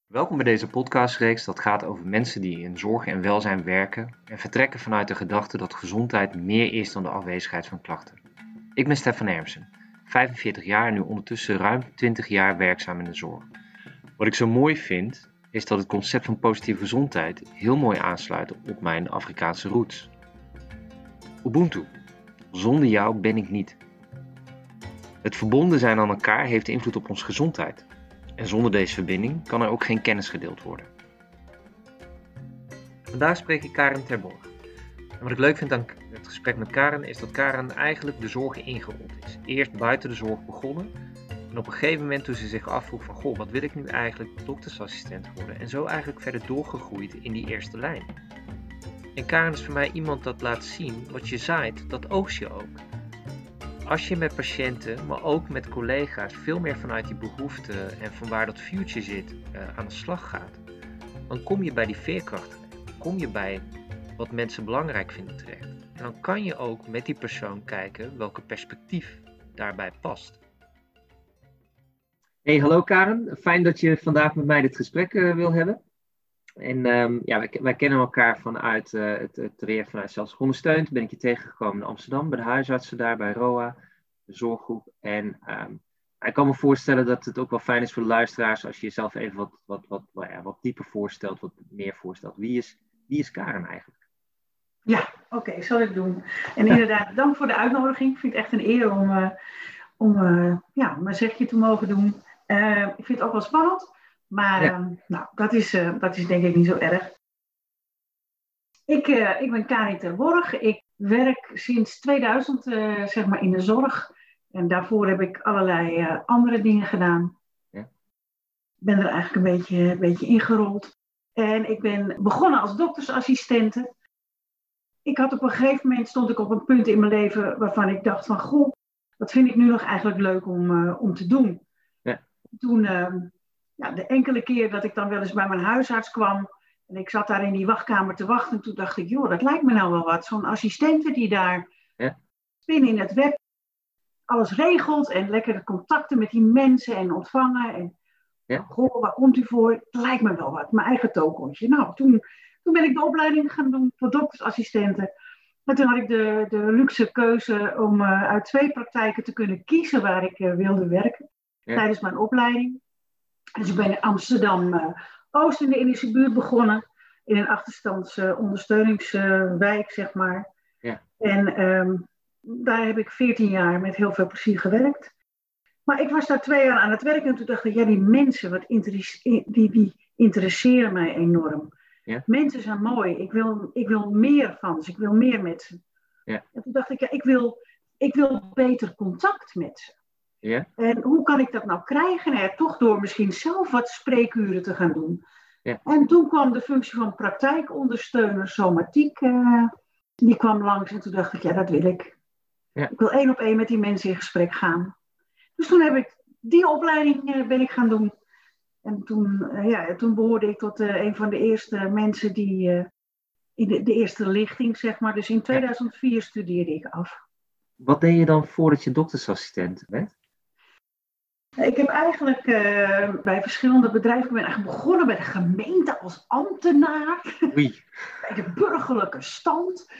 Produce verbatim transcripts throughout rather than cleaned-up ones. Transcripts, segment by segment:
Welkom bij deze podcastreeks dat gaat over mensen die in zorg en welzijn werken en vertrekken vanuit de gedachte dat gezondheid meer is dan de afwezigheid van klachten. Ik ben Stefan Ermsen, vijfenveertig jaar en nu ondertussen ruim twintig jaar werkzaam in de zorg. Wat ik zo mooi vind, is dat het concept van positieve gezondheid heel mooi aansluit op mijn Afrikaanse roots. Ubuntu. Zonder jou ben ik niet. Het verbonden zijn aan elkaar heeft invloed op onze gezondheid. En zonder deze verbinding kan er ook geen kennis gedeeld worden. Vandaag spreek ik Karen Terborg. En wat ik leuk vind aan het gesprek met Karen is dat Karen eigenlijk de zorg ingerold is. Eerst buiten de zorg begonnen en op een gegeven moment toen ze zich afvroeg van goh, wat wil ik nu eigenlijk doktersassistent worden? En zo eigenlijk verder doorgegroeid in die eerste lijn. En Karen is voor mij iemand dat laat zien wat je zaait, dat oogst je ook. Als je met patiënten, maar ook met collega's veel meer vanuit die behoefte en van waar dat future zit uh, aan de slag gaat, dan kom je bij die veerkracht terecht. Kom je bij wat mensen belangrijk vinden terecht. En dan kan je ook met die persoon kijken welke perspectief daarbij past. Hey, hallo Karen. Fijn dat je vandaag met mij dit gesprek uh, wil hebben. En um, ja, wij, wij kennen elkaar vanuit uh, het, het traject vanuit Zelfs Ondersteund. Ben ik je tegengekomen in Amsterdam, bij de huisartsen daar, bij R O A, de zorggroep. En um, ik kan me voorstellen dat het ook wel fijn is voor de luisteraars als je jezelf even wat, wat, wat, wat, ja, wat dieper voorstelt, wat meer voorstelt. Wie is, wie is Karen eigenlijk? Ja, oké, okay, zal ik doen. En inderdaad, dank voor de uitnodiging. Ik vind het echt een eer om, uh, om uh, ja, mijn zegje te mogen doen. Uh, ik vind het ook wel spannend. Maar ja. uh, nou, dat, is, uh, dat is denk ik niet zo erg. Ik, uh, ik ben Karin Terborg. Ik werk sinds tweeduizend uh, zeg maar in de zorg. En daarvoor heb ik allerlei uh, andere dingen gedaan. Ja. Ik ben er eigenlijk een beetje, een beetje ingerold. En ik ben begonnen als doktersassistente. Ik had op een gegeven moment, stond ik op een punt in mijn leven waarvan ik dacht van goh, wat vind ik nu nog eigenlijk leuk om, uh, om te doen. Ja. Toen... Uh, Ja, de enkele keer dat ik dan wel eens bij mijn huisarts kwam en ik zat daar in die wachtkamer te wachten, toen dacht ik, joh, dat lijkt me nou wel wat. Zo'n assistente die daar ja. binnen in het web alles regelt en lekker de contacten met die mensen en ontvangen. En ja. goh, waar komt u voor? Dat lijkt me wel wat, mijn eigen tokentje. Nou, toen, toen ben ik de opleiding gaan doen voor doktersassistenten. En toen had ik de, de luxe keuze om uh, uit twee praktijken te kunnen kiezen waar ik uh, wilde werken ja. tijdens mijn opleiding. Dus ik ben in Amsterdam-Oost uh, in de Indische buurt begonnen. In een achterstands uh, ondersteuningswijk, uh, zeg maar. Ja. En um, daar heb ik veertien jaar met heel veel plezier gewerkt. Maar ik was daar twee jaar aan het werken en toen dacht ik, ja, die mensen, wat interesse- die, die interesseren mij enorm. Ja. Mensen zijn mooi, ik wil, ik wil meer van ze, ik wil meer met ze. Ja. En toen dacht ik, ja, ik wil, ik wil beter contact met ze. Ja. En hoe kan ik dat nou krijgen? Nou, toch door misschien zelf wat spreekuren te gaan doen. Ja. En toen kwam de functie van praktijkondersteuner somatiek. Uh, die kwam langs en toen dacht ik, ja, dat wil ik. Ja. Ik wil één op één met die mensen in gesprek gaan. Dus toen heb ik die opleiding uh, ben ik gaan doen. En toen, uh, ja, toen behoorde ik tot uh, een van de eerste mensen die uh, in de, de eerste lichting, zeg maar. Dus in tweeduizend vier ja. studeerde ik af. Wat deed je dan voordat je doktersassistent werd? Ik heb eigenlijk uh, bij verschillende bedrijven, ik ben eigenlijk begonnen bij de gemeente als ambtenaar. Oei. Bij de burgerlijke stand.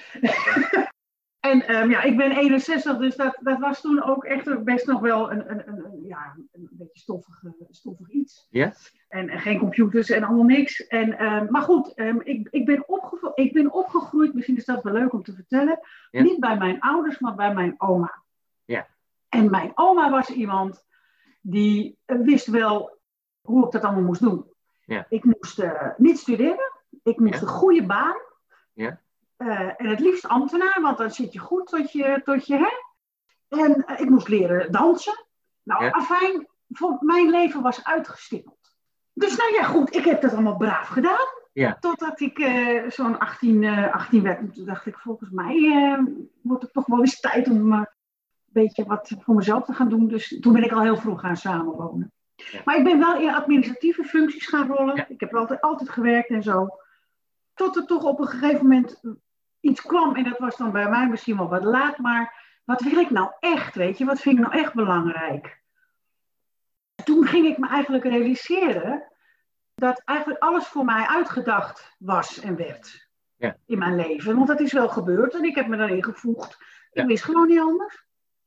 en um, ja, ik ben eenenzestig, dus dat, dat was toen ook echt best nog wel een, een, een, een, ja, een beetje stoffig, stoffig iets. Ja? En, en geen computers en allemaal niks. En, um, maar goed, um, ik, ik, ben opgevo- ik ben opgegroeid, misschien is dat wel leuk om te vertellen, ja? Niet bij mijn ouders, maar bij mijn oma. Ja. En mijn oma was iemand die wist wel hoe ik dat allemaal moest doen. Ja. Ik moest uh, niet studeren. Ik moest ja. een goede baan. Ja. Uh, en het liefst ambtenaar, want dan zit je goed tot je... Tot je hè? En uh, ik moest leren dansen. Nou, ja. afijn, voor mijn leven was uitgestippeld. Dus nou ja, goed, ik heb dat allemaal braaf gedaan. Ja. Totdat ik uh, zo'n achttien, uh, achttien werd. En toen dacht ik, volgens mij uh, wordt het toch wel eens tijd om... Uh, een beetje wat voor mezelf te gaan doen. Dus toen ben ik al heel vroeg gaan samenwonen. Ja. Maar ik ben wel in administratieve functies gaan rollen. Ja. Ik heb altijd, altijd gewerkt en zo. Tot er toch op een gegeven moment iets kwam. En dat was dan bij mij misschien wel wat laat. Maar wat wil ik nou echt, weet je? Wat vind ik nou echt belangrijk? Toen ging ik me eigenlijk realiseren dat eigenlijk alles voor mij uitgedacht was en werd. Ja. In mijn leven. Want dat is wel gebeurd en ik heb me daarin gevoegd. Ik Ja. wist gewoon niet anders.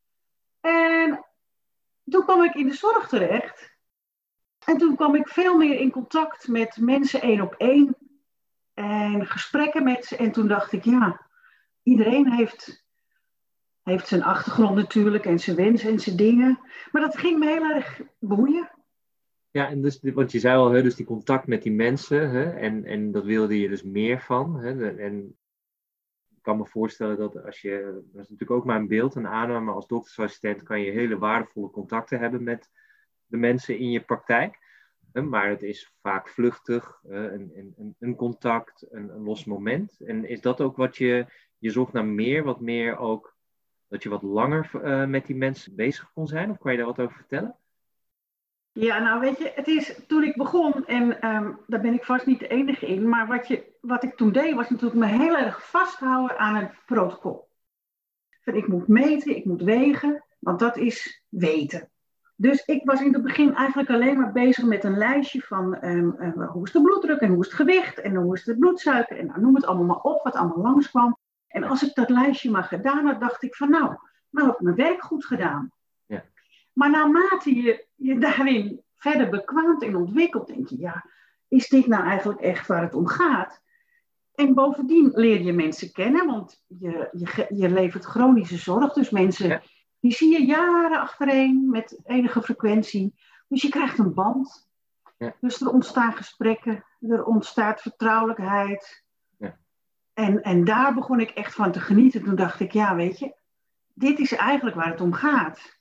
En toen kwam ik in de zorg terecht. En toen kwam ik veel meer in contact met mensen één op één. En gesprekken met ze. En toen dacht ik, ja, iedereen heeft, heeft zijn achtergrond natuurlijk. En zijn wensen en zijn dingen. Maar dat ging me heel erg boeien. Ja, en dus, want je zei al, hè, dus die contact met die mensen, hè, en, en dat wilde je dus meer van. Hè, en ik kan me voorstellen dat als je, dat is natuurlijk ook maar een beeld, een aanname, maar als doktersassistent kan je hele waardevolle contacten hebben met de mensen in je praktijk. Hè, maar het is vaak vluchtig, hè, een, een, een contact, een, een los moment. En is dat ook wat je, je zocht naar meer, wat meer ook, dat je wat langer uh, met die mensen bezig kon zijn? Of kan je daar wat over vertellen? Ja, nou weet je, het is toen ik begon, en um, daar ben ik vast niet de enige in, maar wat, je, wat ik toen deed was natuurlijk me heel erg vasthouden aan het protocol. Ik moet meten, ik moet wegen, want dat is weten. Dus ik was in het begin eigenlijk alleen maar bezig met een lijstje van um, uh, hoe is de bloeddruk en hoe is het gewicht en hoe is de bloedsuiker en nou, noem het allemaal maar op wat allemaal langskwam. En als ik dat lijstje maar gedaan had, dacht ik van nou, nou heb ik mijn werk goed gedaan. Ja. Maar naarmate je je daarin verder bekwaamt en ontwikkelt, denk je, ja, is dit nou eigenlijk echt waar het om gaat? En bovendien leer je mensen kennen, want je, je, je levert chronische zorg. Dus mensen, ja. die zie je jaren achtereen met enige frequentie. Dus je krijgt een band. Ja. Dus er ontstaan gesprekken, er ontstaat vertrouwelijkheid. Ja. En, en daar begon ik echt van te genieten. Toen dacht ik, ja, weet je, dit is eigenlijk waar het om gaat.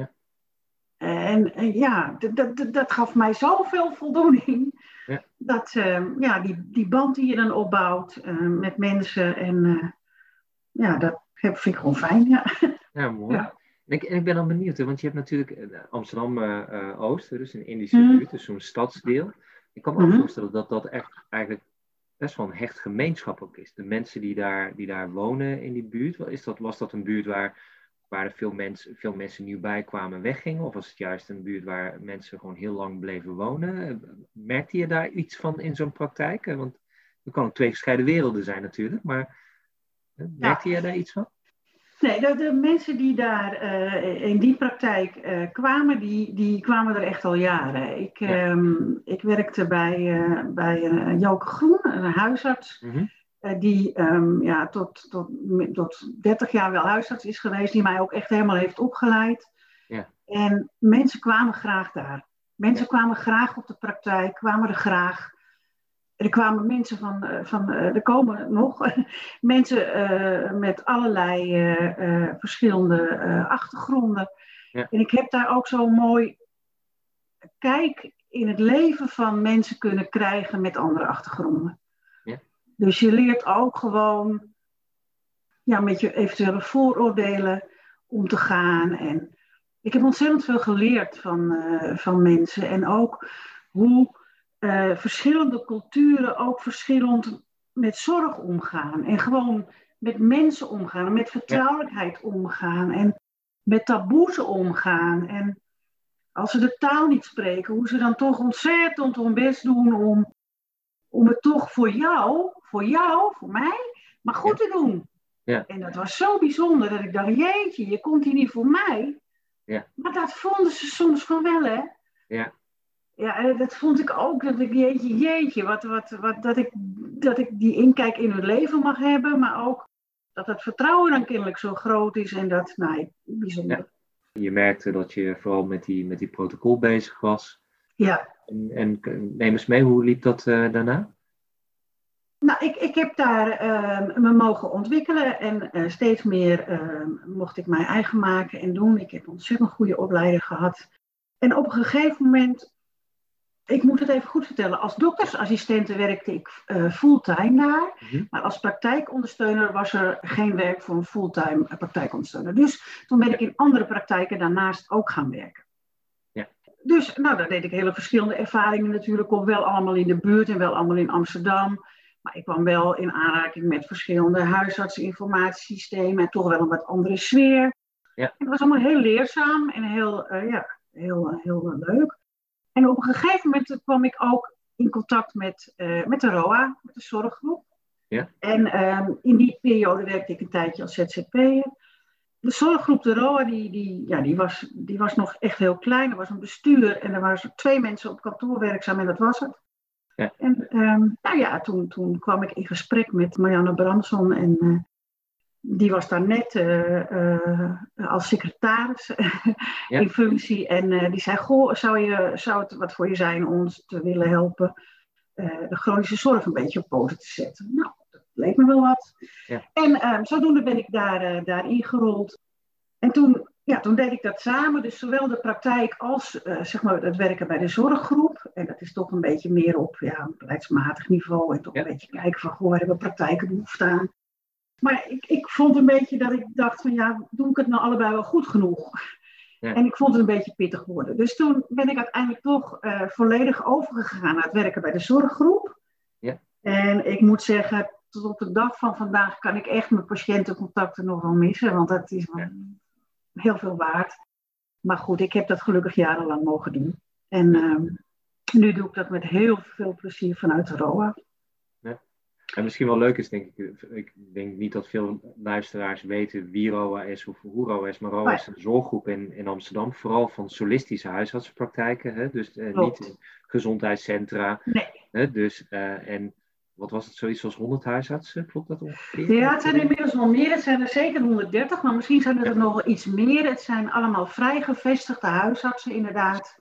En, en ja, dat, dat, dat gaf mij zoveel voldoening. Ja. Dat uh, ja, die, die band die je dan opbouwt uh, met mensen. En uh, ja, dat vind ik gewoon fijn. Ja, ja mooi. Ja. En, ik, en ik ben dan benieuwd, hè, want je hebt natuurlijk Amsterdam-Oost, uh, dus een Indische mm. buurt, dus zo'n stadsdeel. Ik kan me mm-hmm. ook voorstellen dat dat echt eigenlijk best wel een hecht gemeenschap ook is. De mensen die daar, die daar wonen in die buurt, is dat, was dat een buurt waar... waar er veel, mens, veel mensen nieuw bij kwamen en weggingen? Of was het juist een buurt waar mensen gewoon heel lang bleven wonen? Merkte je daar iets van in zo'n praktijk? Want er kan ook twee gescheiden werelden zijn natuurlijk, maar merkte ja. je daar iets van? Nee, de, de mensen die daar uh, in die praktijk uh, kwamen, die, die kwamen er echt al jaren. Ik, ja. um, ik werkte bij, uh, bij uh, Joke Groen, een huisarts. Mm-hmm. Die um, ja, tot, tot, tot dertig jaar wel huisarts is geweest, die mij ook echt helemaal heeft opgeleid. Ja. En mensen kwamen graag daar. Mensen ja. kwamen graag op de praktijk, kwamen er graag. Er kwamen mensen van, van uh, er komen nog mensen uh, met allerlei uh, uh, verschillende uh, achtergronden. Ja. En ik heb daar ook zo'n mooi kijk in het leven van mensen kunnen krijgen met andere achtergronden. Dus je leert ook gewoon ja, met je eventuele vooroordelen om te gaan. En ik heb ontzettend veel geleerd van, uh, van mensen. En ook hoe uh, verschillende culturen ook verschillend met zorg omgaan. En gewoon met mensen omgaan. Met vertrouwelijkheid omgaan. En met taboes omgaan. En als ze de taal niet spreken, hoe ze dan toch ontzettend hun best doen om... om het toch voor jou, voor jou, voor mij, maar goed te doen. Ja. En dat was zo bijzonder dat ik dacht, jeetje, je komt hier niet voor mij. Ja. Maar dat vonden ze soms van wel, hè. Ja. Ja, dat vond ik ook, dat ik, jeetje, jeetje, wat, wat, wat, dat, ik, dat ik die inkijk in hun leven mag hebben, maar ook dat het vertrouwen dan kennelijk zo groot is en dat, nou, bijzonder. Ja. Je merkte dat je vooral met die, met die protocol bezig was. Ja. En, en neem eens mee, hoe liep dat uh, daarna? Nou, ik, ik heb daar uh, me mogen ontwikkelen en uh, steeds meer uh, mocht ik mij eigen maken en doen. Ik heb een ontzettend goede opleiding gehad. En op een gegeven moment, ik moet het even goed vertellen, als doktersassistente werkte ik uh, fulltime daar. Mm-hmm. Maar als praktijkondersteuner was er geen werk voor een fulltime praktijkondersteuner. Dus toen ben ik in andere praktijken daarnaast ook gaan werken. Dus nou, daar deed ik hele verschillende ervaringen natuurlijk op. Wel allemaal in de buurt en wel allemaal in Amsterdam. Maar ik kwam wel in aanraking met verschillende huisartseninformatiesystemen. En toch wel een wat andere sfeer. Ja. Het was allemaal heel leerzaam en heel, uh, ja, heel, heel, heel leuk. En op een gegeven moment kwam ik ook in contact met, uh, met de R O A, met de zorggroep. Ja. En um, in die periode werkte ik een tijdje als Z Z P'er. De zorggroep, de R O A, die, die, ja, die, was, die was nog echt heel klein. Er was een bestuur en er waren twee mensen op kantoor werkzaam en dat was het. Ja. En um, nou ja, toen, toen kwam ik in gesprek met Marianne Branson en uh, die was daar net uh, uh, als secretaris Ja. in functie. En uh, die zei, goh, zou, je, zou het wat voor je zijn om ons te willen helpen uh, de chronische zorg een beetje op poten te zetten? Nou, dat leek me wel wat. Ja. En um, zodoende ben ik daar, uh, daar ingerold. En toen, ja, toen deed ik dat samen, dus zowel de praktijk als uh, zeg maar het werken bij de zorggroep. En dat is toch een beetje meer op ja, beleidsmatig niveau en toch ja. een beetje kijken van, goh, waar hebben praktijken behoefte aan? Maar ik, ik vond een beetje dat ik dacht van, ja, doe ik het nou allebei wel goed genoeg? Ja. En ik vond het een beetje pittig worden. Dus toen ben ik uiteindelijk toch uh, volledig overgegaan naar het werken bij de zorggroep. Ja. En ik moet zeggen, tot op de dag van vandaag kan ik echt mijn patiëntencontacten nog wel missen, want dat is wel ja. heel veel waard. Maar goed, ik heb dat gelukkig jarenlang mogen doen. En uh, nu doe ik dat met heel veel plezier vanuit de R O A. Ja. En misschien wel leuk is, denk ik, ik denk niet dat veel luisteraars weten wie R O A is of hoe R O A is, maar R O A is een zorggroep in, in Amsterdam, vooral van solistische huisartsenpraktijken, hè? Dus uh, niet in gezondheidscentra. Nee. Hè? Dus, uh, en wat was het, zoiets als honderd huisartsen, klopt dat ongeveer? Ja, het zijn inmiddels wel meer, het zijn er zeker honderddertig, maar misschien zijn er ja. nog wel iets meer. Het zijn allemaal vrij gevestigde huisartsen inderdaad.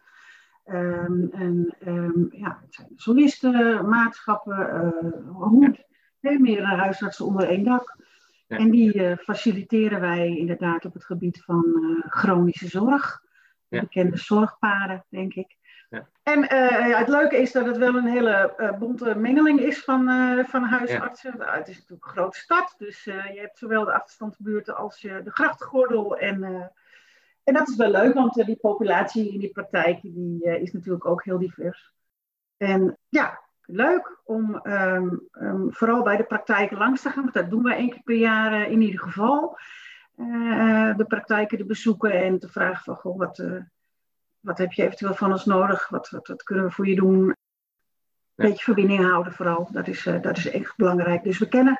Um, en um, ja, het zijn solisten, maatschappen, uh, hoe, ja. he, meerdere huisartsen onder één dak. Ja. En die uh, faciliteren wij inderdaad op het gebied van uh, chronische zorg. Ja. Bekende zorgpaden, denk ik. Ja. En uh, ja, het leuke is dat het wel een hele uh, bonte mengeling is van, uh, van huisartsen. Ja. Het is natuurlijk een grote stad, dus uh, je hebt zowel de achterstandsbuurten als uh, de grachtgordel. En, uh, en dat is wel leuk, want uh, die populatie in die praktijken die, uh, is natuurlijk ook heel divers. En ja, leuk om um, um, vooral bij de praktijken langs te gaan, want dat doen we één keer per jaar uh, in ieder geval. Uh, de praktijken te bezoeken en te vragen van, goh, wat... Uh, Wat heb je eventueel van ons nodig? Wat, wat, wat kunnen we voor je doen? Een ja. beetje verbinding houden vooral. Dat is, uh, dat is echt belangrijk. Dus we kennen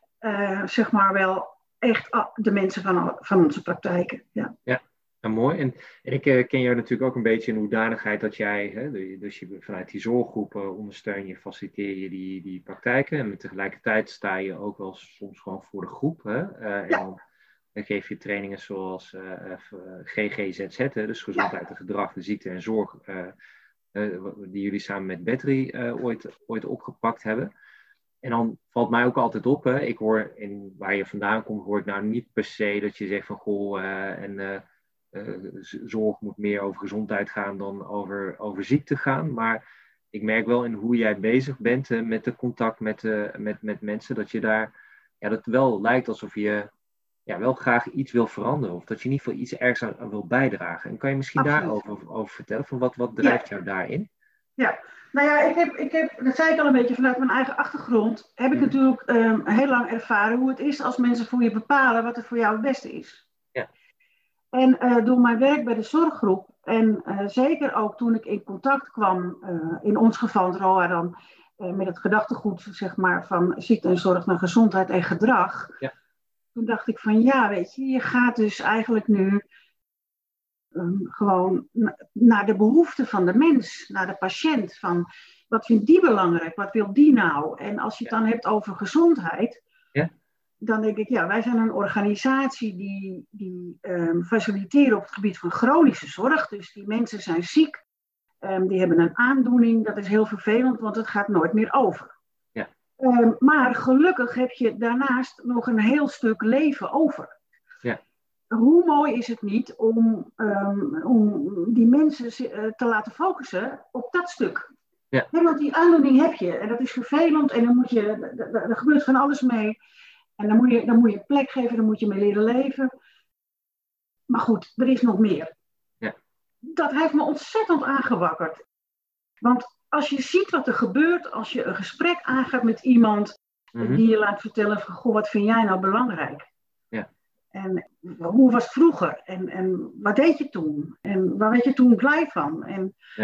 uh, zeg maar wel echt de mensen van, van onze praktijken. Ja, ja nou, mooi. En, en ik uh, ken jou natuurlijk ook een beetje in hoedanigheid dat jij, hè, dus je, vanuit die zorggroep uh, ondersteun je, faciliteer je die, die praktijken. En tegelijkertijd sta je ook wel soms gewoon voor de groep. Hè? Uh, en ja. dan, Dan geef je trainingen zoals uh, G G Z Z, hè, dus gezondheid en gedrag, de ziekte en zorg, uh, uh, die jullie samen met Battery uh, ooit, ooit opgepakt hebben. En dan valt mij ook altijd op, hè, ik hoor, in, waar je vandaan komt, hoor ik nou niet per se dat je zegt van, goh, uh, en, uh, uh, zorg moet meer over gezondheid gaan dan over, over ziekte gaan. Maar ik merk wel in hoe jij bezig bent uh, met de contact met, uh, met, met mensen, dat je daar, ja, dat wel lijkt alsof je... Ja, wel graag iets wil veranderen. Of dat je in ieder geval iets ergens aan, aan wil bijdragen. En kan je misschien Absoluut. daarover over vertellen? Van wat, wat drijft ja. jou daarin? Ja, nou ja, ik heb, ik heb, dat zei ik al een beetje vanuit mijn eigen achtergrond. Heb ik hmm. natuurlijk um, heel lang ervaren hoe het is als mensen voor je bepalen wat er voor jou het beste is. Ja. En uh, door mijn werk bij de zorggroep. En uh, zeker ook toen ik in contact kwam, uh, in ons geval R O A dan, uh, met het gedachtegoed zeg maar, van ziekte en zorg naar gezondheid en gedrag. Ja. Toen dacht ik van ja, weet je, je gaat dus eigenlijk nu um, gewoon na, naar de behoeften van de mens, naar de patiënt. Van wat vindt die belangrijk, wat wil die nou? En als je het dan hebt over gezondheid, ja. dan denk ik ja, wij zijn een organisatie die, die um, faciliteren op het gebied van chronische zorg. Dus die mensen zijn ziek, um, die hebben een aandoening, dat is heel vervelend, want het gaat nooit meer over. Um, maar gelukkig heb je daarnaast nog een heel stuk leven over. Ja. Hoe mooi is het niet om, um, om die mensen uh, te laten focussen op dat stuk. Ja. Ja, want die aandoening heb je en dat is vervelend en dan moet je, er gebeurt van alles mee. En dan moet je, dan moet je plek geven, dan moet je mee leren leven. Maar goed, er is nog meer. Ja. Dat heeft me ontzettend aangewakkerd. Want als je ziet wat er gebeurt, als je een gesprek aangaat met iemand mm-hmm. die je laat vertellen van, goh, wat vind jij nou belangrijk? Ja. En hoe was het vroeger? En, en wat deed je toen? En waar werd je toen blij van? En ja.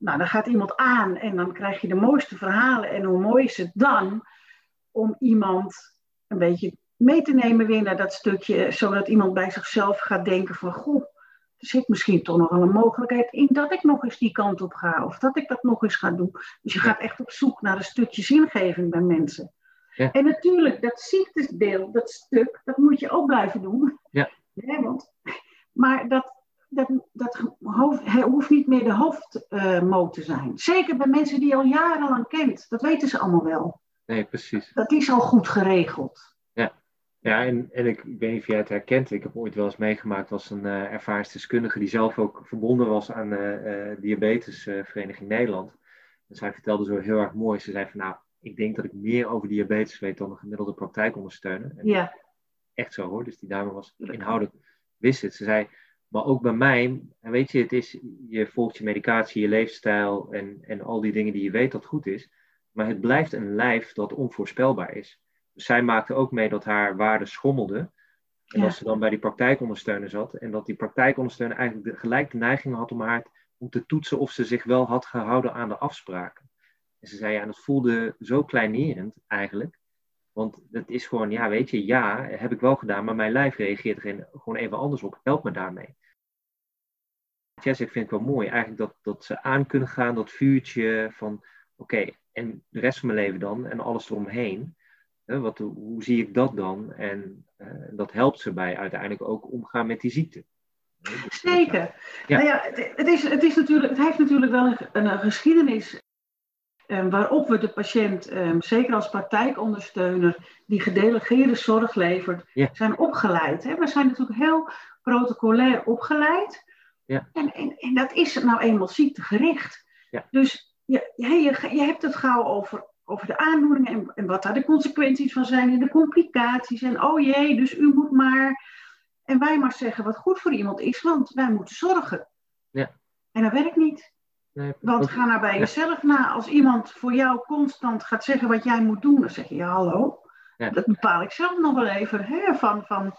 Nou, dan gaat iemand aan en dan krijg je de mooiste verhalen. En hoe mooi is het dan om iemand een beetje mee te nemen weer naar dat stukje, zodat iemand bij zichzelf gaat denken van, goh, er zit misschien toch nog wel een mogelijkheid in dat ik nog eens die kant op ga. Of dat ik dat nog eens ga doen. Dus je gaat echt op zoek naar een stukje zingeving bij mensen. Ja. En natuurlijk, dat ziektesdeel, dat stuk, dat moet je ook blijven doen. Ja. Ja, want, maar dat, dat, dat hoofd, hij hoeft niet meer de hoofdmoot uh, te zijn. Zeker bij mensen die je al jarenlang kent. Dat weten ze allemaal wel. Nee, precies. Dat is al goed geregeld. Ja, ja en, en ik, ik weet niet of jij het herkent. Ik heb ooit wel eens meegemaakt als een uh, ervaringsdeskundige die zelf ook verbonden was aan de uh, uh, Diabetesvereniging Nederland. En zij vertelde zo heel erg mooi. Ze zei van nou, ik denk dat ik meer over diabetes weet dan een gemiddelde praktijkondersteuner. En ja. Echt zo hoor. Dus die dame was inhoudelijk, wist het. Ze zei, maar ook bij mij, en weet je, het is, je volgt je medicatie, je leefstijl en, en al die dingen die je weet dat goed is. Maar het blijft een lijf dat onvoorspelbaar is. Dus zij maakte ook mee dat haar waarden schommelden. En ja. dat ze dan bij die praktijkondersteuner zat. En dat die praktijkondersteuner eigenlijk de, gelijk de neiging had om haar om te toetsen of ze zich wel had gehouden aan de afspraken. En ze zei, ja, dat voelde zo kleinerend eigenlijk. Want dat is gewoon, ja, weet je, ja, heb ik wel gedaan, maar mijn lijf reageert er gewoon even anders op. Help me daarmee. Jess, ik vind het wel mooi eigenlijk dat, dat ze aan kunnen gaan, dat vuurtje van, oké, okay, en de rest van mijn leven dan en alles eromheen. Hè, wat, hoe zie ik dat dan? En uh, dat helpt ze bij uiteindelijk ook omgaan met die ziekte. Dus, Zeker. Ja. Nou ja, het, het, is, het, is natuurlijk, het heeft natuurlijk wel een, een geschiedenis. Um, waarop we de patiënt, um, zeker als praktijkondersteuner, die gedelegeerde zorg levert, yeah. zijn opgeleid. Hè? We zijn natuurlijk heel protocolair opgeleid. Yeah. En, en, en dat is nou eenmaal ziektegericht. Yeah. Dus je, je, je, je hebt het gauw over, over de aandoeningen en, en wat daar de consequenties van zijn en de complicaties. En oh jee, dus u moet maar. En wij maar zeggen wat goed voor iemand is, want wij moeten zorgen. Yeah. En dat werkt niet. Nee, Want ga nou bij ja. jezelf na. Als iemand voor jou constant gaat zeggen wat jij moet doen, dan zeg je, ja hallo, ja. dat bepaal ik zelf nog wel even. Hè, van, van,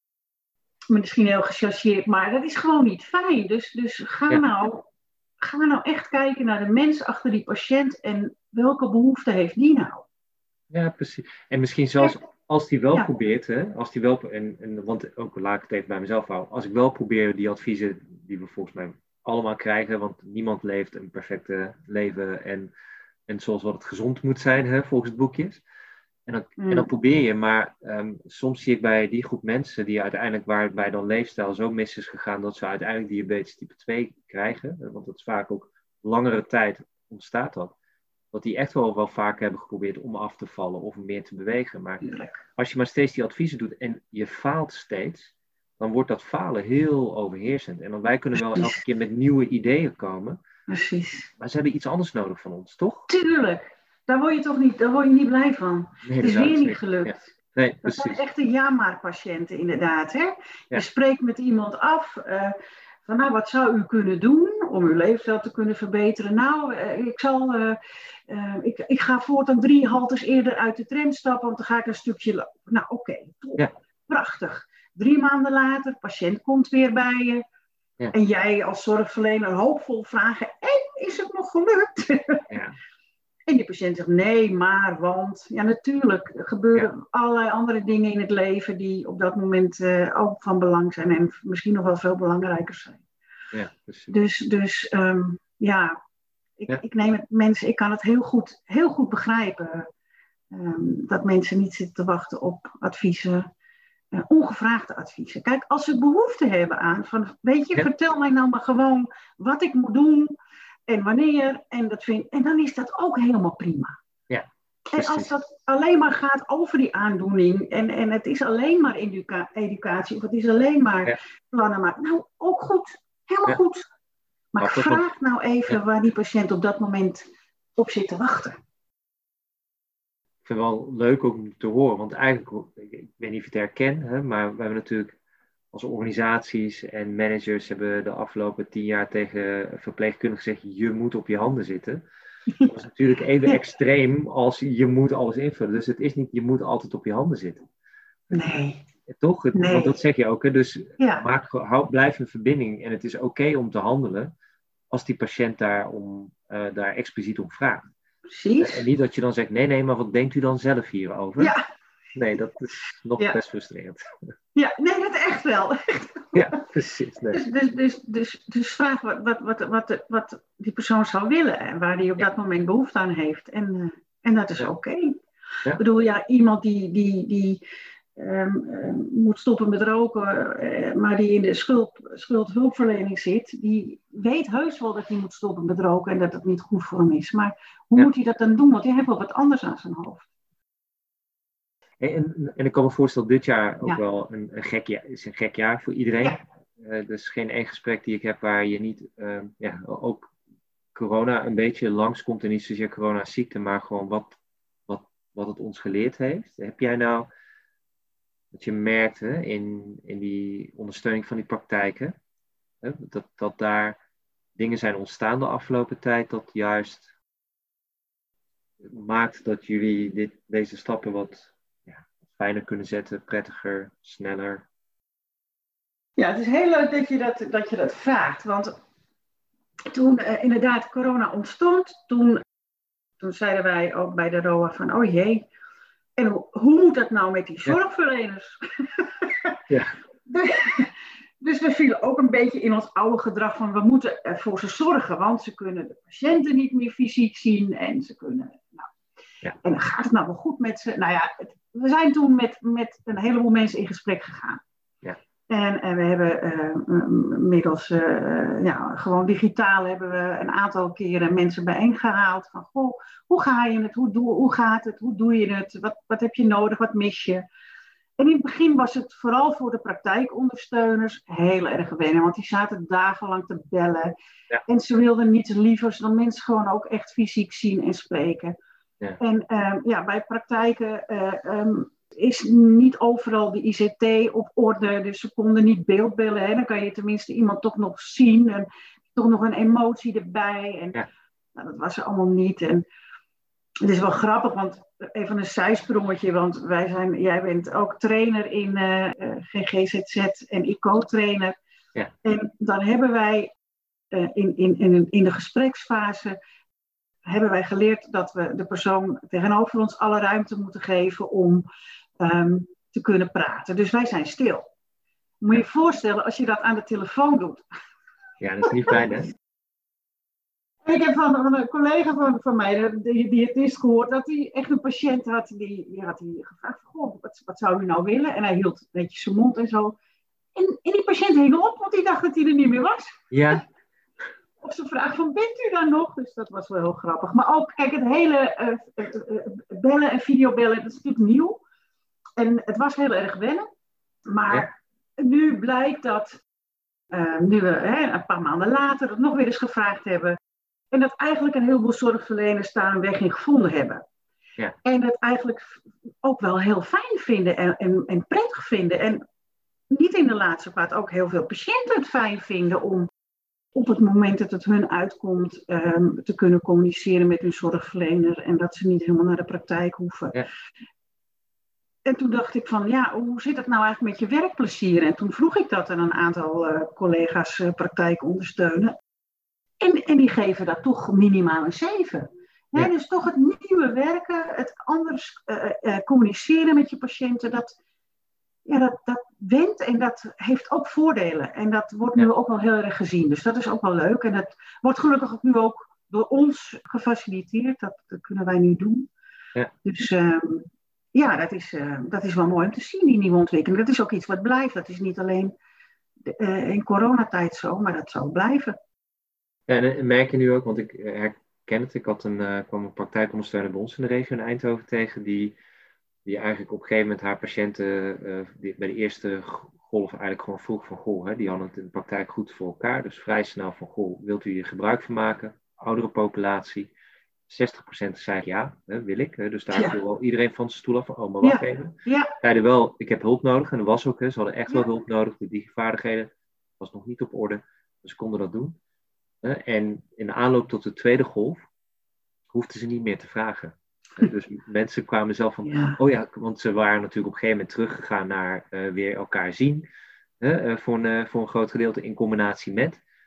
misschien heel gechargeerd, maar dat is gewoon niet fijn. Dus, dus ga, ja. nou, ga nou echt kijken naar de mens achter die patiënt en welke behoefte heeft die nou? Ja, precies. En misschien zelfs als die wel ja. probeert, hè, als die wel, en, en, want ook laat ik het even bij mezelf houden, als ik wel probeer die adviezen die we volgens mij allemaal krijgen, want niemand leeft een perfecte leven en, en zoals wat het gezond moet zijn, hè, volgens het boekjes. En dan, mm. en dan probeer je, maar um, soms zie ik bij die groep mensen die uiteindelijk waarbij dan leefstijl zo mis is gegaan dat ze uiteindelijk diabetes type twee krijgen, want dat is vaak ook langere tijd ontstaat dat, dat die echt wel, wel vaak hebben geprobeerd om af te vallen of meer te bewegen. Maar Tuurlijk. Als je maar steeds die adviezen doet en je faalt steeds, dan wordt dat falen heel overheersend. En dan wij kunnen wel elke keer met nieuwe ideeën komen. Precies. Maar ze hebben iets anders nodig van ons, toch? Tuurlijk. Daar word je toch niet, daar word je niet blij van. Nee, het is weer niet gelukt. Ja. Nee, dat zijn echte ja-maar-patiënten inderdaad. Hè? Ja. Je spreekt met iemand af. Uh, van nou, wat zou u kunnen doen om uw leefstijl te kunnen verbeteren? Nou, uh, ik zal... Uh, uh, ik, ik ga voortaan drie haltes eerder uit de tram stappen, want dan ga ik een stukje lopen. Nou, oké. Okay, ja. Prachtig. Drie maanden later, patiënt komt weer bij je. Ja. En jij als zorgverlener hoopvol vragen, en is het nog gelukt? Ja. En die patiënt zegt, nee, maar, want... Ja, natuurlijk er gebeuren ja. allerlei andere dingen in het leven die op dat moment uh, ook van belang zijn en misschien nog wel veel belangrijker zijn. Ja, precies. Dus, dus um, ja, ik, ja, ik neem het mensen, ik kan het heel goed, heel goed begrijpen um, dat mensen niet zitten te wachten op adviezen. Uh, ongevraagde adviezen. Kijk, als ze behoefte hebben aan, van, weet je, ja. vertel mij nou maar gewoon wat ik moet doen en wanneer, en, dat vind, en dan is dat ook helemaal prima. Ja, en als dat alleen maar gaat over die aandoening, en, en het is alleen maar educa- educatie, of het is alleen maar ja. plannen maken, nou, ook goed, helemaal ja. goed. Maar, maar vraag wat... nou even ja. waar die patiënt op dat moment op zit te wachten. Ik vind het wel leuk om te horen, want eigenlijk, ik weet niet of je het herkent, hè, maar we hebben natuurlijk als organisaties en managers hebben de afgelopen tien jaar tegen verpleegkundigen gezegd, je moet op je handen zitten. Dat is natuurlijk even extreem als je moet alles invullen. Dus het is niet, je moet altijd op je handen zitten. Nee. Toch? Het, nee. Want dat zeg je ook, hè? Dus ja. maak, hou, blijf in verbinding en het is oké okay om te handelen. als die patiënt daar, om, uh, daar expliciet om vraagt. Precies. Uh, en niet dat je dan zegt, nee, nee, maar wat denkt u dan zelf hierover? Ja. Nee, dat is nog ja. best frustrerend. Ja, nee, dat echt wel. Ja, precies. Nee. Dus, dus, dus, dus, dus vraag wat, wat, wat, wat, wat die persoon zou willen en waar die op ja. dat moment behoefte aan heeft. En, uh, en dat is ja. oké. Okay. Ja. Ik bedoel, ja, iemand die, die, die um, um, moet stoppen met roken, uh, maar die in de schuld, schuldhulpverlening zit, die weet heus wel dat hij moet stoppen met roken en dat het niet goed voor hem is. Maar hoe ja. moet hij dat dan doen? Want hij heeft wel wat anders aan zijn hoofd. En, en ik kan me voorstellen, dit jaar ook ja. wel een, een, gek jaar, is een gek jaar voor iedereen. Ja. Uh, er is geen één gesprek die ik heb waar je niet, uh, ja, ook corona een beetje langskomt. En niet zozeer corona-ziekte, maar gewoon wat, wat, wat het ons geleerd heeft. Heb jij nou, dat je merkt hè, in, in die ondersteuning van die praktijken, hè, dat, dat daar dingen zijn ontstaan de afgelopen tijd, dat juist maakt dat jullie dit, deze stappen wat fijner kunnen zetten, prettiger, sneller? Ja, het is heel leuk dat je dat, dat, je dat vraagt. Want toen uh, inderdaad corona ontstond, toen, toen zeiden wij ook bij de R O A van, oh jee, en hoe, hoe moet dat nou met die zorgverleners? Ja. dus, dus we vielen ook een beetje in ons oude gedrag van, we moeten ervoor ze zorgen, want ze kunnen de patiënten niet meer fysiek zien en ze kunnen, nou, ja. en dan gaat het nou wel goed met ze. Nou ja, het, we zijn toen met, met een heleboel mensen in gesprek gegaan. Ja. En, en we hebben uh, middels, uh, ja, gewoon digitaal hebben we een aantal keren mensen bijeengehaald. Van, goh, hoe ga je het? Hoe, doe, hoe gaat het? Hoe doe je het? Wat, wat heb je nodig? Wat mis je? En in het begin was het vooral voor de praktijkondersteuners heel erg wennen. Want die zaten dagenlang te bellen. Ja. En ze wilden niets lievers dan mensen gewoon ook echt fysiek zien en spreken. Ja. En um, ja, bij praktijken uh, um, is niet overal de I C T op orde. Dus ze konden niet beeldbellen. Hè. Dan kan je tenminste iemand toch nog zien. En toch nog een emotie erbij. En ja. nou, dat was er allemaal niet. En het is wel grappig, want even een zijsprongetje. Want wij zijn, jij bent ook trainer in uh, G G Z Z en I C O-trainer. Ja. En dan hebben wij uh, in, in, in, in de gespreksfase hebben wij geleerd dat we de persoon tegenover ons alle ruimte moeten geven om um, te kunnen praten. Dus wij zijn stil. Moet je je voorstellen als je dat aan de telefoon doet. Ja, dat is niet fijn, hè? Ik heb van, van een collega van, van mij, die diëtist, gehoord dat hij echt een patiënt had. Die, die had hij gevraagd, goh, wat, wat zou u nou willen? En hij hield een beetje zijn mond en zo. En, en die patiënt hing op, want die dacht dat hij er niet meer was. Ja. Of ze vraagt van, bent u daar nog? Dus dat was wel heel grappig. Maar ook, kijk, het hele uh, uh, uh, bellen en videobellen, dat is natuurlijk nieuw. En het was heel erg wennen. Maar ja. nu blijkt dat, uh, nu we hè, een paar maanden later het nog weer eens gevraagd hebben. En dat eigenlijk een heleboel zorgverleners daar een weg in gevonden hebben. Ja. En het eigenlijk ook wel heel fijn vinden en, en, en prettig vinden. En niet in de laatste plaats ook heel veel patiënten het fijn vinden om op het moment dat het hun uitkomt um, te kunnen communiceren met hun zorgverlener. En dat ze niet helemaal naar de praktijk hoeven. Ja. En toen dacht ik van, ja, hoe zit het nou eigenlijk met je werkplezier? En toen vroeg ik dat aan een aantal uh, collega's uh, praktijk ondersteunen. En, en die geven dat toch minimaal een zeven. Ja. Dus toch het nieuwe werken, het anders uh, uh, communiceren met je patiënten, dat, ja, dat, dat went en dat heeft ook voordelen. En dat wordt nu ja. ook wel heel erg gezien. Dus dat is ook wel leuk. En dat wordt gelukkig ook nu ook door ons gefaciliteerd. Dat, dat kunnen wij nu doen. Ja. Dus um, ja, dat is, uh, dat is wel mooi om te zien, die nieuwe ontwikkeling. Dat is ook iets wat blijft. Dat is niet alleen de, uh, in coronatijd zo, maar dat zal blijven. Ja, en merk je nu ook, want ik herken het, ik had een, uh, kwam een praktijkondersteuner bij ons in de regio in Eindhoven tegen, die, die eigenlijk op een gegeven moment haar patiënten uh, die bij de eerste golf eigenlijk gewoon vroeg van, goh, hè, die hadden het in de praktijk goed voor elkaar, dus vrij snel van, goh, wilt u hier gebruik van maken? Oudere populatie, zestig procent zei ja, hè, wil ik, hè, dus daar viel ja. wel iedereen van zijn stoel af van, oh, maar wacht ja. even. Ja. Zeiden wel, ik heb hulp nodig, en dat was ook, hè, ze hadden echt ja. wel hulp nodig, de digivaardigheden was nog niet op orde, dus ze konden dat doen. En in de aanloop tot de tweede golf hoefden ze niet meer te vragen. Dus mensen kwamen zelf van, ja. oh ja, want ze waren natuurlijk op een gegeven moment teruggegaan naar uh, weer elkaar zien. Uh, voor, een, uh, voor een groot gedeelte in combinatie met.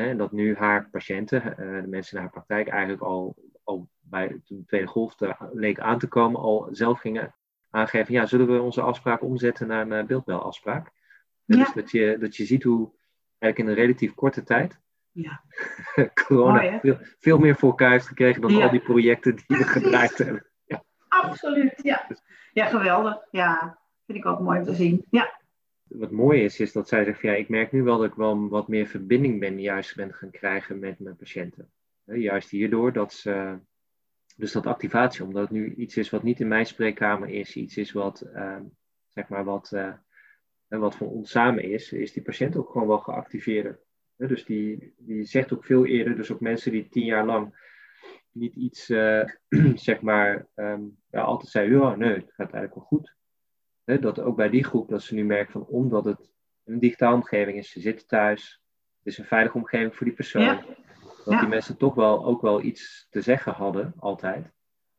Hè, en dat nu haar patiënten, uh, de mensen in haar praktijk, eigenlijk al, al bij toen de tweede golf te, leek aan te komen, al zelf gingen aangeven, ja, zullen we onze afspraak omzetten naar een uh, beeldbelafspraak? Ja. Dus dat je, dat je ziet hoe eigenlijk in een relatief korte tijd ja. corona Mooi, veel, veel meer voor elkaar heeft gekregen dan ja. al die projecten die we gedraaid hebben. Ja. Absoluut, ja. Ja, geweldig. Ja, vind ik ook mooi om te zien. Ja. Wat mooi is, is dat zij zegt, ja, ik merk nu wel dat ik wel wat meer verbinding ben, juist ben gaan krijgen met mijn patiënten. Juist hierdoor dat ze, dus dat activatie, omdat het nu iets is wat niet in mijn spreekkamer is, iets is wat, uh, zeg maar, wat, uh, wat voor ons samen is, is die patiënt ook gewoon wel geactiveerder. Dus die, die zegt ook veel eerder, dus ook mensen die tien jaar lang niet iets, uh, zeg maar, um, ja, altijd zeiden, ja, nee, het gaat eigenlijk wel goed. He, dat ook bij die groep, dat ze nu merken van, omdat het een digitale omgeving is, ze zitten thuis, het is een veilige omgeving voor die persoon, ja. dat ja. die mensen toch wel ook wel iets te zeggen hadden, altijd.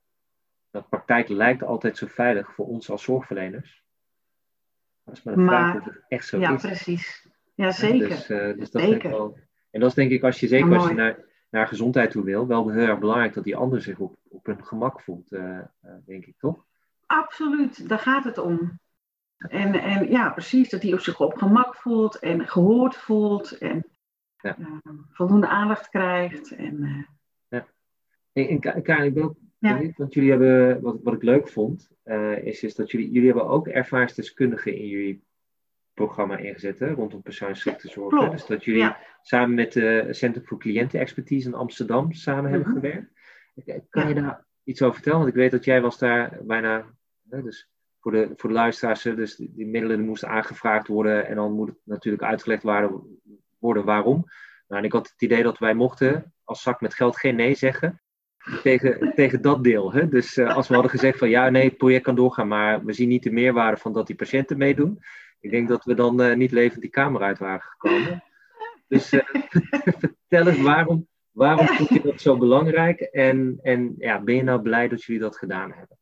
Dat praktijk lijkt altijd zo veilig voor ons als zorgverleners. Dat is maar de vraag of het echt zo ja, is. Ja, precies. Ja, zeker. Dus, uh, dus dat zeker. Denk ik wel, en dat is denk ik, als je zeker ja, als je naar, naar gezondheid toe wil, wel heel erg belangrijk dat die ander zich op, op hun gemak voelt, uh, uh, denk ik, toch? Absoluut, daar gaat het om. En, en ja, precies, dat hij op zich op gemak voelt en gehoord voelt en ja. uh, voldoende aandacht krijgt. En, uh... ja. En, en Karin, ik ben ook ja. benieuwd, want jullie hebben, wat, wat ik leuk vond, uh, is, is dat jullie, jullie hebben ook ervaringsdeskundigen in jullie programma ingezet, hè, rondom persoonsgerichte zorg. Klopt. Dus dat jullie ja. samen met het uh, Centrum voor Cliëntenexpertise in Amsterdam samen mm-hmm. hebben gewerkt. Kan ja. je daar iets over vertellen? Want ik weet dat jij was daar bijna, hè, dus voor de, voor de luisteraars, dus die, die middelen moesten aangevraagd worden en dan moet het natuurlijk uitgelegd worden, worden waarom. Nou, en ik had het idee dat wij mochten als zak met geld geen nee zeggen tegen, tegen dat deel. Hè? Dus uh, als we hadden gezegd van ja, nee, het project kan doorgaan, maar we zien niet de meerwaarde van dat die patiënten meedoen. Ik denk dat we dan uh, niet levend die kamer uit waren gekomen. Dus uh, vertel eens, waarom, waarom vond je dat zo belangrijk? En, en ja, ben je nou blij dat jullie dat gedaan hebben?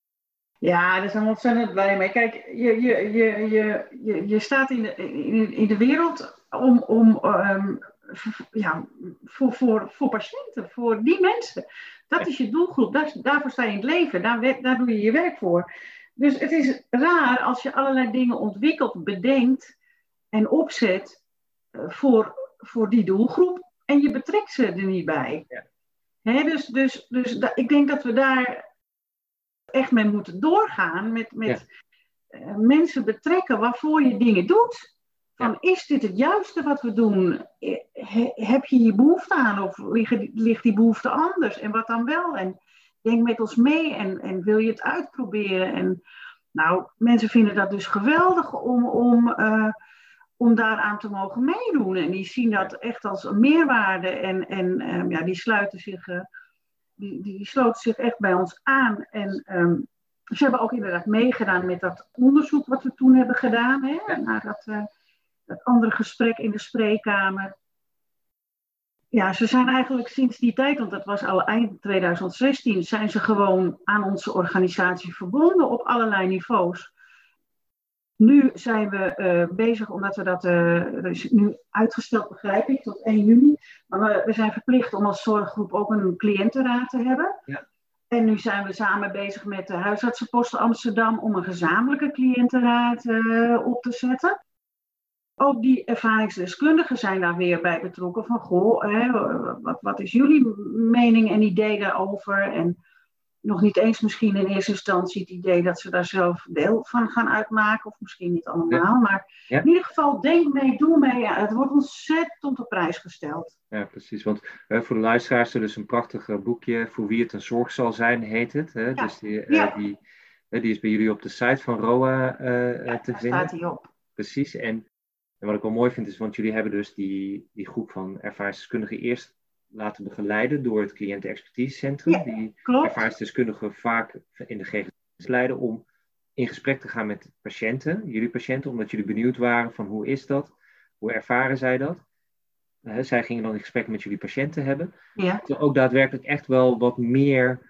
Ja, daar zijn we ontzettend blij mee. Kijk, je, je, je, je, je, je staat in de, in, in de wereld om, om um, ja, voor, voor, voor patiënten, voor die mensen. Dat is je doelgroep, daar, daarvoor sta je in het leven, daar, daar doe je je werk voor. Dus het is raar als je allerlei dingen ontwikkelt, bedenkt en opzet uh, voor, voor die doelgroep en je betrekt ze er niet bij. Ja. Hè, dus dus, dus da, ik denk dat we daar echt mee moeten doorgaan met, met ja. uh, mensen betrekken waarvoor je dingen doet. Van, ja. Is dit het juiste wat we doen? He, heb je hier behoefte aan of ligt, ligt die behoefte anders? En wat dan wel? En denk met ons mee en, en wil je het uitproberen? En nou, mensen vinden dat dus geweldig om, om, uh, om daaraan te mogen meedoen. En die zien dat echt als een meerwaarde. En, en um, ja, die sluiten zich, uh, die, die sloten zich echt bij ons aan. En um, ze hebben ook inderdaad meegedaan met dat onderzoek wat we toen hebben gedaan. Hè, ja. Naar dat, uh, dat andere gesprek in de spreekkamer. Ja, ze zijn eigenlijk sinds die tijd, want dat was al eind tweeduizend zestien, zijn ze gewoon aan onze organisatie verbonden op allerlei niveaus. Nu zijn we uh, bezig, omdat we dat, uh, dat is nu uitgesteld, begrijp ik, tot één juni. Maar we, we zijn verplicht om als zorggroep ook een cliëntenraad te hebben. Ja. En nu zijn we samen bezig met de huisartsenpost Amsterdam om een gezamenlijke cliëntenraad uh, op te zetten. Ook die ervaringsdeskundigen zijn daar weer bij betrokken van, goh, hè, wat, wat is jullie mening en idee daarover? En nog niet eens misschien in eerste instantie het idee dat ze daar zelf deel van gaan uitmaken, of misschien niet allemaal. Ja. Maar ja. in ieder geval, denk mee, doe mee. Ja, het wordt ontzettend op prijs gesteld. Ja, precies. Want hè, voor de luisteraars, er is een prachtig uh, boekje, Voor wie het een zorg zal zijn, heet het. Hè? Ja. Dus die, uh, ja. die, uh, die is bij jullie op de site van R O A uh, ja, te vinden. Staat die op. Precies. En En wat ik wel mooi vind is, want jullie hebben dus die, die groep van ervaringsdeskundigen eerst laten begeleiden door het cliëntenexpertisecentrum. Ja, die klopt. ervaringsdeskundigen vaak in de G G Z's leiden om in gesprek te gaan met patiënten, jullie patiënten, omdat jullie benieuwd waren van hoe is dat, hoe ervaren zij dat. Uh, zij gingen dan in gesprek met jullie patiënten hebben. Ja. Toen ook daadwerkelijk echt wel wat meer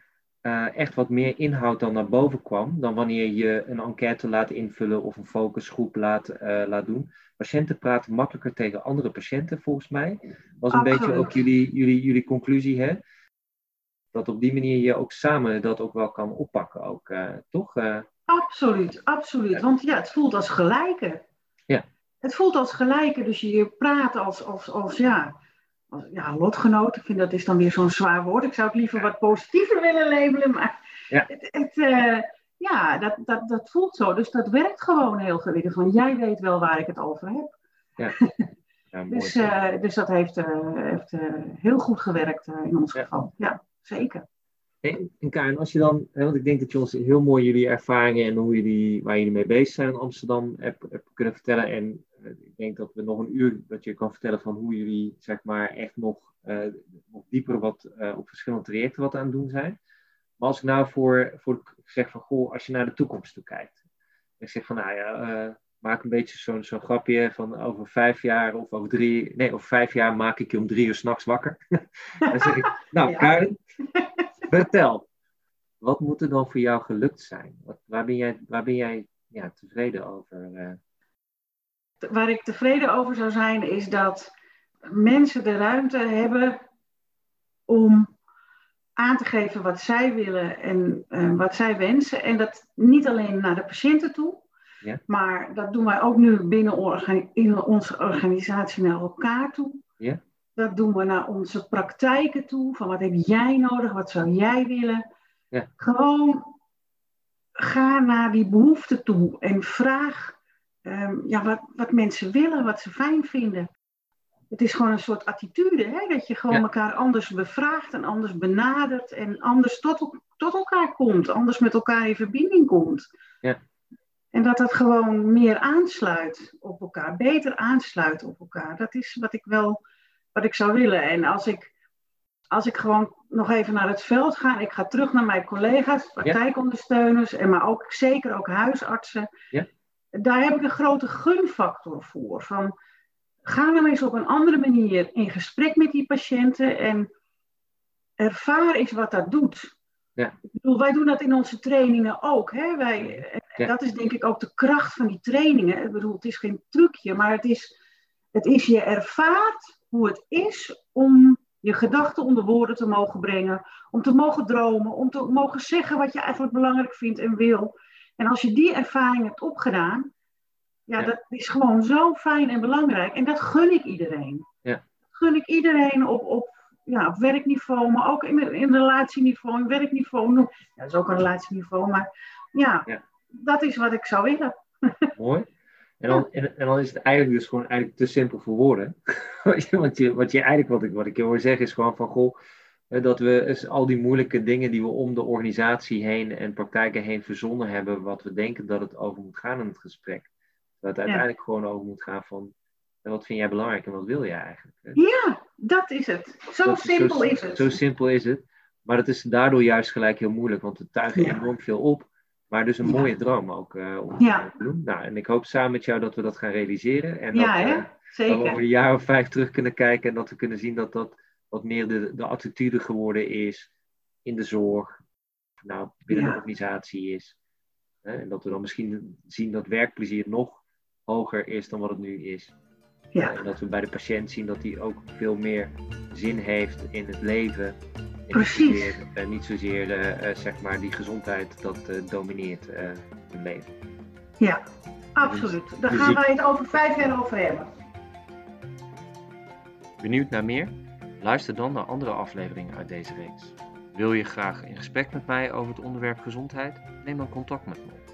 uh, echt wat meer inhoud dan naar boven kwam, dan wanneer je een enquête laat invullen of een focusgroep laat, uh, laat doen. Patiënten praten makkelijker tegen andere patiënten, volgens mij. Was een Absoluut. beetje ook jullie, jullie, jullie conclusie, hè? Dat op die manier je ook samen dat ook wel kan oppakken, ook, uh, toch? Uh, absoluut, absoluut. Ja. Want ja, het voelt als gelijke. Ja. Het voelt als gelijke, dus je praat als, als, als ja, als, ja, lotgenoot. Ik vind dat is dan weer zo'n zwaar woord. Ik zou het liever wat positiever willen labelen, maar ja, het, het, uh, ja dat, dat, dat voelt zo. Dus dat werkt gewoon heel gewillig, want jij weet wel waar ik het over heb. Ja. Ja, mooi. dus, uh, dus dat heeft, uh, heeft uh, heel goed gewerkt uh, in ons ja. geval. Ja, zeker. Hey, en Karin, als je dan, want ik denk dat je ons heel mooi jullie ervaringen en hoe jullie, waar jullie mee bezig zijn in Amsterdam hebt, hebt kunnen vertellen. En uh, ik denk dat we nog een uur dat je kan vertellen van hoe jullie zeg maar echt nog, uh, nog dieper wat uh, op verschillende trajecten wat aan het doen zijn. Maar als ik nou voor, voor zeg van goh, als je naar de toekomst toe kijkt. En ik zeg van nou ja, uh, maak een beetje zo'n zo'n grapje van over vijf jaar of over drie, nee, over vijf jaar maak ik je om drie uur 's nachts wakker. Dan zeg ik, nou ja. Karin, vertel, wat moet er dan voor jou gelukt zijn? Wat, waar ben jij, waar ben jij ja, tevreden over? Uh... Waar ik tevreden over zou zijn is dat mensen de ruimte hebben om aan te geven wat zij willen en uh, wat zij wensen. En dat niet alleen naar de patiënten toe, ja. maar dat doen wij ook nu binnen organi- in onze organisatie naar elkaar toe. Ja. Dat doen we naar onze praktijken toe. Van wat heb jij nodig? Wat zou jij willen? Ja. Gewoon ga naar die behoeften toe. En vraag um, ja, wat, wat mensen willen. Wat ze fijn vinden. Het is gewoon een soort attitude. Hè? Dat je gewoon ja. elkaar anders bevraagt. En anders benadert. En anders tot, tot elkaar komt. Anders met elkaar in verbinding komt. Ja. En dat dat gewoon meer aansluit op elkaar. Beter aansluit op elkaar. Dat is wat ik wel... Wat ik zou willen. En als ik, als ik gewoon nog even naar het veld ga. Ik ga terug naar mijn collega's, praktijkondersteuners. Ja. En maar ook zeker ook huisartsen. Ja. Daar heb ik een grote gunfactor voor. Van, ga nou eens op een andere manier in gesprek met die patiënten. En ervaar eens wat dat doet. Ja. Ik bedoel, wij doen dat in onze trainingen ook. Hè? Wij, ja. Dat is denk ik ook de kracht van die trainingen. Ik bedoel, het is geen trucje. Maar het is, het is je ervaart hoe het is om je gedachten onder woorden te mogen brengen. Om te mogen dromen. Om te mogen zeggen wat je eigenlijk belangrijk vindt en wil. En als je die ervaring hebt opgedaan. Ja, ja. dat is gewoon zo fijn en belangrijk. En dat gun ik iedereen. Ja. Dat gun ik iedereen op, op, ja, op werkniveau. Maar ook in, in relatieniveau. In werkniveau. Ja, dat is ook een relatieniveau. Maar ja, ja. dat is wat ik zou willen. Mooi. En dan, en, en dan is het eigenlijk dus gewoon eigenlijk te simpel voor woorden. Want je, wat je eigenlijk, wat ik, wat ik je hoor zeggen, is gewoon van, goh, dat we al die moeilijke dingen die we om de organisatie heen en praktijken heen verzonnen hebben, wat we denken dat het over moet gaan in het gesprek. Dat het uiteindelijk ja. gewoon over moet gaan van, wat vind jij belangrijk en wat wil je eigenlijk? Ja, dat is het. Zo dat simpel is, zo, is het. Zo simpel is het. Maar het is daardoor juist gelijk heel moeilijk, want we tuigen ja. enorm veel op. Maar dus een ja. mooie droom ook uh, om ja. te doen. Nou, en ik hoop samen met jou dat we dat gaan realiseren. En ja, dat, hè? Uh, Zeker. dat we over een jaar of vijf terug kunnen kijken. En dat we kunnen zien dat dat wat meer de, de attitude geworden is in de zorg. Nou, binnen ja. de organisatie is. Hè? En dat we dan misschien zien dat werkplezier nog hoger is dan wat het nu is. Ja. Uh, en dat we bij de patiënt zien dat hij ook veel meer zin heeft in het leven. Precies. Niet zozeer, uh, niet zozeer uh, uh, zeg maar die gezondheid dat uh, domineert uh, het leven. Ja, absoluut. Daar gaan wij het over vijf jaar over hebben. Benieuwd naar meer? Luister dan naar andere afleveringen uit deze reeks. Wil je graag in gesprek met mij over het onderwerp gezondheid? Neem dan contact met me op.